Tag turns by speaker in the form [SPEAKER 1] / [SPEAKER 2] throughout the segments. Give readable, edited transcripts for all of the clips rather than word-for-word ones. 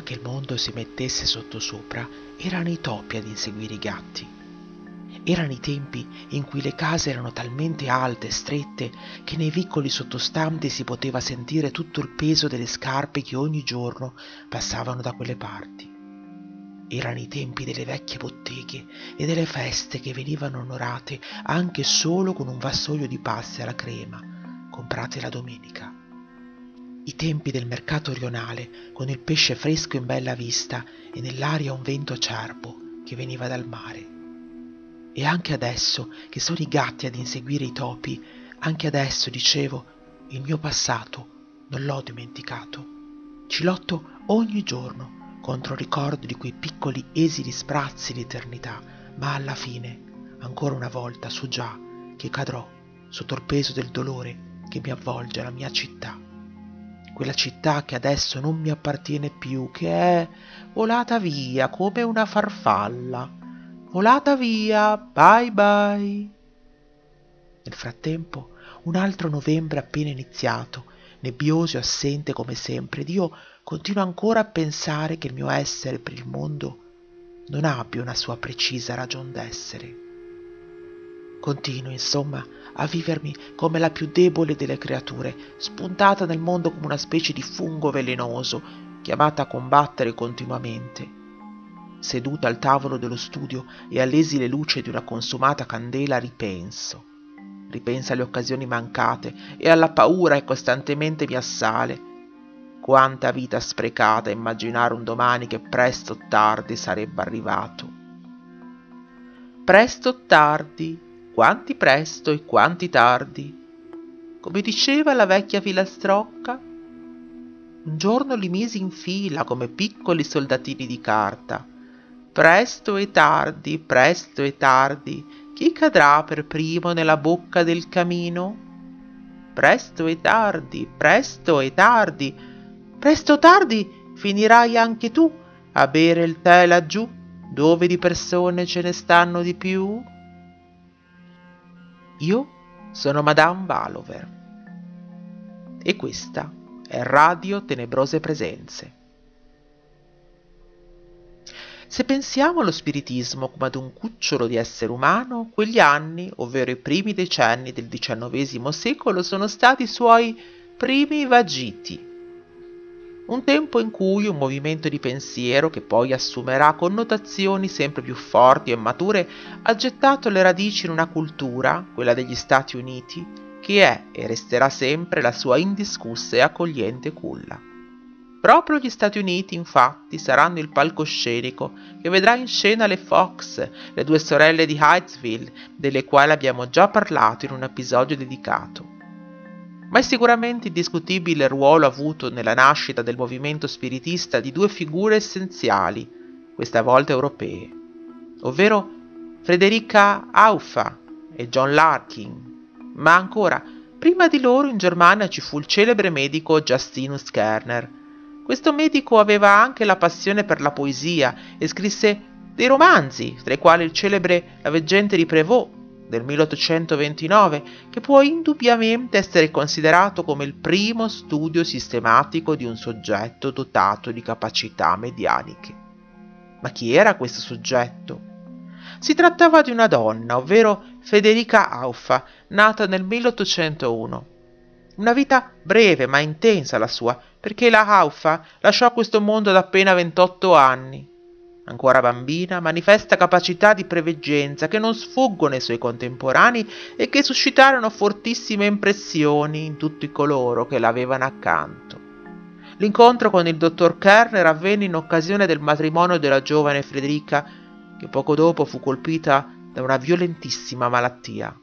[SPEAKER 1] che il mondo si mettesse sottosopra, erano i topi ad inseguire i gatti. Erano i tempi in cui le case erano talmente alte e strette che nei vicoli sottostanti si poteva sentire tutto il peso delle scarpe che ogni giorno passavano da quelle parti. Erano i tempi delle vecchie botteghe e delle feste che venivano onorate anche solo con un vassoio di paste alla crema, comprate la domenica. I tempi del mercato rionale, con il pesce fresco in bella vista e nell'aria un vento acerbo che veniva dal mare. E anche adesso che sono i gatti ad inseguire i topi, anche adesso, dicevo, il mio passato non l'ho dimenticato. Ci lotto ogni giorno contro il ricordo di quei piccoli esili sprazzi di eternità, ma alla fine, ancora una volta, so già che cadrò sotto il peso del dolore che mi avvolge la mia città. Quella città che adesso non mi appartiene più, che è volata via come una farfalla. Volata via, bye bye. Nel frattempo, un altro novembre appena iniziato, nebbioso e assente come sempre, ed io continuo ancora a pensare che il mio essere per il mondo non abbia una sua precisa ragion d'essere. Continuo, insomma, a vivermi come la più debole delle creature, spuntata nel mondo come una specie di fungo velenoso, chiamata a combattere continuamente. Seduta al tavolo dello studio e all'esile luce di una consumata candela ripenso alle occasioni mancate e alla paura che costantemente mi assale. Quanta vita sprecata a immaginare un domani che presto o tardi sarebbe arrivato. Presto o tardi, quanti presto e quanti tardi. Come diceva la vecchia filastrocca, un giorno li misi in fila come piccoli soldatini di carta. Presto e tardi, chi cadrà per primo nella bocca del camino? Presto e tardi, presto o tardi finirai anche tu a bere il tè laggiù, dove di persone ce ne stanno di più? Io sono Madame Valover e questa è Radio Tenebrose Presenze. Se pensiamo allo spiritismo come ad un cucciolo di essere umano, quegli anni, ovvero i primi decenni del XIX secolo, sono stati i suoi primi vagiti. Un tempo in cui un movimento di pensiero, che poi assumerà connotazioni sempre più forti e mature, ha gettato le radici in una cultura, quella degli Stati Uniti, che è e resterà sempre la sua indiscussa e accogliente culla. Proprio gli Stati Uniti, infatti, saranno il palcoscenico che vedrà in scena le Fox, le due sorelle di Hydesville, delle quali abbiamo già parlato in un episodio dedicato. Ma è sicuramente indiscutibile il ruolo avuto nella nascita del movimento spiritista di due figure essenziali, questa volta europee, ovvero Frederica Aufa e John Larkin. Ma ancora, prima di loro in Germania ci fu il celebre medico Justinus Kerner. Questo medico aveva anche la passione per la poesia e scrisse dei romanzi, tra i quali il celebre La veggente di Prévost del 1829, che può indubbiamente essere considerato come il primo studio sistematico di un soggetto dotato di capacità medianiche. Ma chi era questo soggetto? Si trattava di una donna, ovvero Federica Aufa, nata nel 1801. Una vita breve ma intensa la sua, perché la Aufa lasciò questo mondo ad appena 28 anni. Ancora bambina, manifesta capacità di preveggenza che non sfuggono ai suoi contemporanei e che suscitarono fortissime impressioni in tutti coloro che l'avevano accanto. L'incontro con il dottor Kerner avvenne in occasione del matrimonio della giovane Federica, che poco dopo fu colpita da una violentissima malattia.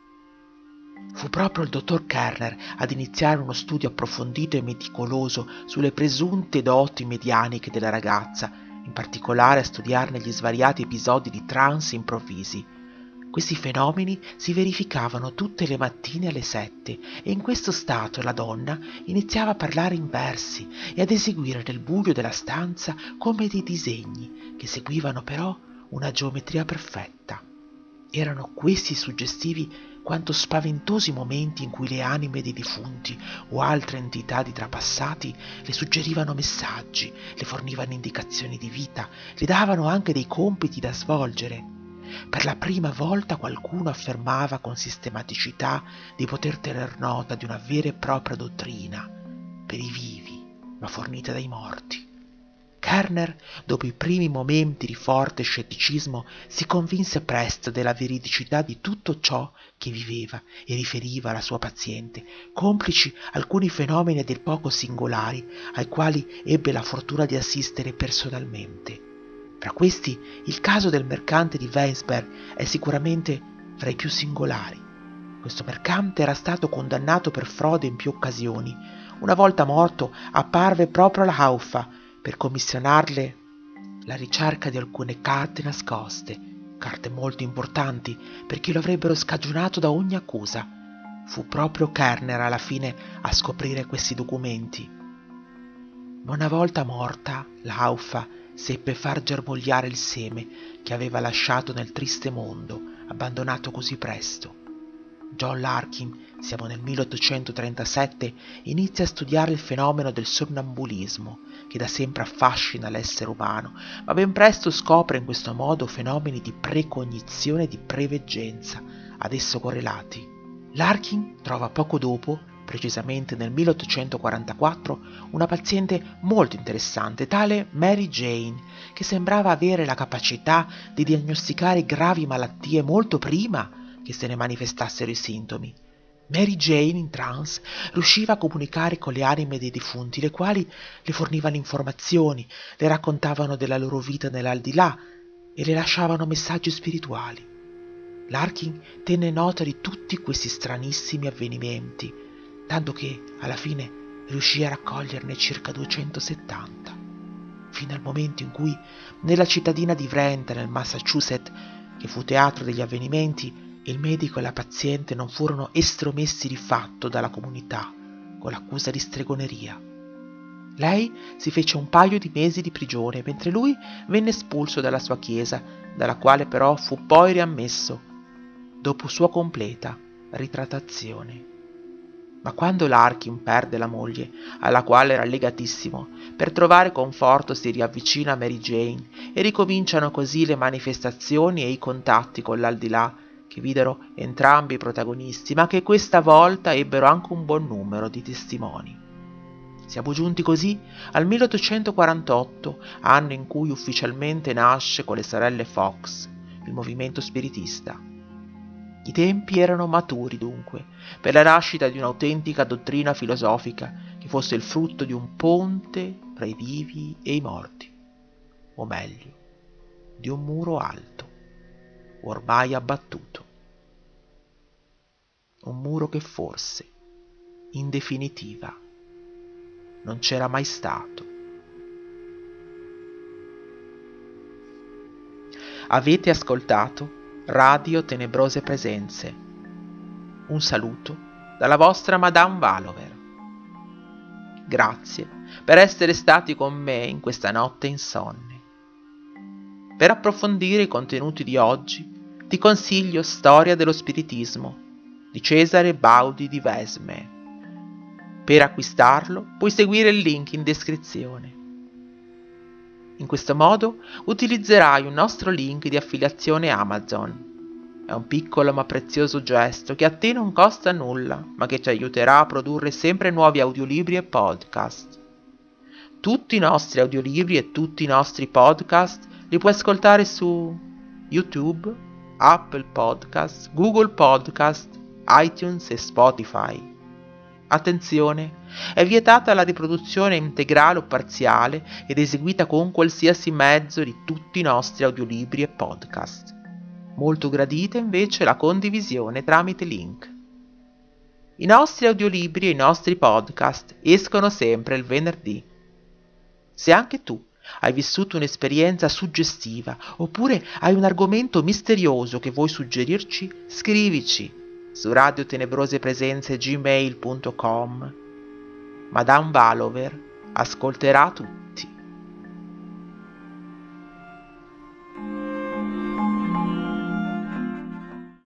[SPEAKER 1] Fu proprio il dottor Kerner ad iniziare uno studio approfondito e meticoloso sulle presunte doti medianiche della ragazza, in particolare a studiarne gli svariati episodi di trance improvvisi. Questi fenomeni si verificavano tutte le mattine alle 7 e in questo stato la donna iniziava a parlare in versi e ad eseguire nel buio della stanza come dei disegni che seguivano però una geometria perfetta. Erano questi suggestivi quanto spaventosi momenti in cui le anime dei defunti o altre entità di trapassati le suggerivano messaggi, le fornivano indicazioni di vita, le davano anche dei compiti da svolgere. Per la prima volta qualcuno affermava con sistematicità di poter tener nota di una vera e propria dottrina per i vivi, ma fornita dai morti. Kerner, dopo i primi momenti di forte scetticismo, si convinse presto della veridicità di tutto ciò che viveva e riferiva alla sua paziente, complici alcuni fenomeni a dir poco singolari ai quali ebbe la fortuna di assistere personalmente. Fra questi, il caso del mercante di Weinsberg è sicuramente fra i più singolari. Questo mercante era stato condannato per frode in più occasioni. Una volta morto, apparve proprio alla Haufa per commissionarle la ricerca di alcune carte nascoste, carte molto importanti perché lo avrebbero scagionato da ogni accusa. Fu proprio Kerner alla fine a scoprire questi documenti. Ma una volta morta, la Haufa seppe far germogliare il seme che aveva lasciato nel triste mondo, abbandonato così presto. John Larkin, siamo nel 1837, inizia a studiare il fenomeno del sonnambulismo, che da sempre affascina l'essere umano, ma ben presto scopre in questo modo fenomeni di precognizione e di preveggenza ad esso correlati. Larkin trova poco dopo, precisamente nel 1844, una paziente molto interessante, tale Mary Jane, che sembrava avere la capacità di diagnosticare gravi malattie molto prima che se ne manifestassero i sintomi. Mary Jane, in trance, riusciva a comunicare con le anime dei defunti, le quali le fornivano informazioni, le raccontavano della loro vita nell'aldilà e le lasciavano messaggi spirituali. Larkin tenne nota di tutti questi stranissimi avvenimenti, tanto che alla fine riuscì a raccoglierne circa 270, fino al momento in cui, nella cittadina di Wrentham, nel Massachusetts, che fu teatro degli avvenimenti, il medico e la paziente non furono estromessi di fatto dalla comunità con l'accusa di stregoneria. Lei si fece un paio di mesi di prigione, mentre lui venne espulso dalla sua chiesa, dalla quale però fu poi riammesso dopo sua completa ritrattazione. Ma quando Larkin perde la moglie, alla quale era legatissimo, per trovare conforto si riavvicina a Mary Jane e ricominciano così le manifestazioni e i contatti con l'aldilà, che videro entrambi i protagonisti, ma che questa volta ebbero anche un buon numero di testimoni. Siamo giunti così al 1848, anno in cui ufficialmente nasce con le sorelle Fox il movimento spiritista. I tempi erano maturi dunque per la nascita di un'autentica dottrina filosofica che fosse il frutto di un ponte tra i vivi e i morti, o meglio, di un muro alto, ormai abbattuto. Un muro che forse, in definitiva, non c'era mai stato. Avete ascoltato Radio Tenebrose Presenze. Un saluto dalla vostra Madame Valover. Grazie per essere stati con me in questa notte insonne. Per approfondire i contenuti di oggi, ti consiglio Storia dello Spiritismo di Cesare Baudi di Vesme. Per acquistarlo puoi seguire il link in descrizione. In questo modo utilizzerai un nostro link di affiliazione Amazon. È un piccolo ma prezioso gesto che a te non costa nulla, ma che ti aiuterà a produrre sempre nuovi audiolibri e podcast. Tutti i nostri audiolibri e tutti i nostri podcast li puoi ascoltare su YouTube, Apple Podcast, Google Podcast, iTunes e Spotify. Attenzione, è vietata la riproduzione integrale o parziale ed eseguita con qualsiasi mezzo di tutti i nostri audiolibri e podcast. Molto gradita invece la condivisione tramite link. I nostri audiolibri e i nostri podcast escono sempre il venerdì. Se anche tu hai vissuto un'esperienza suggestiva oppure hai un argomento misterioso che vuoi suggerirci, scrivici su radiotenebrosepresenze@gmail.com. Madame Valover ascolterà tutti.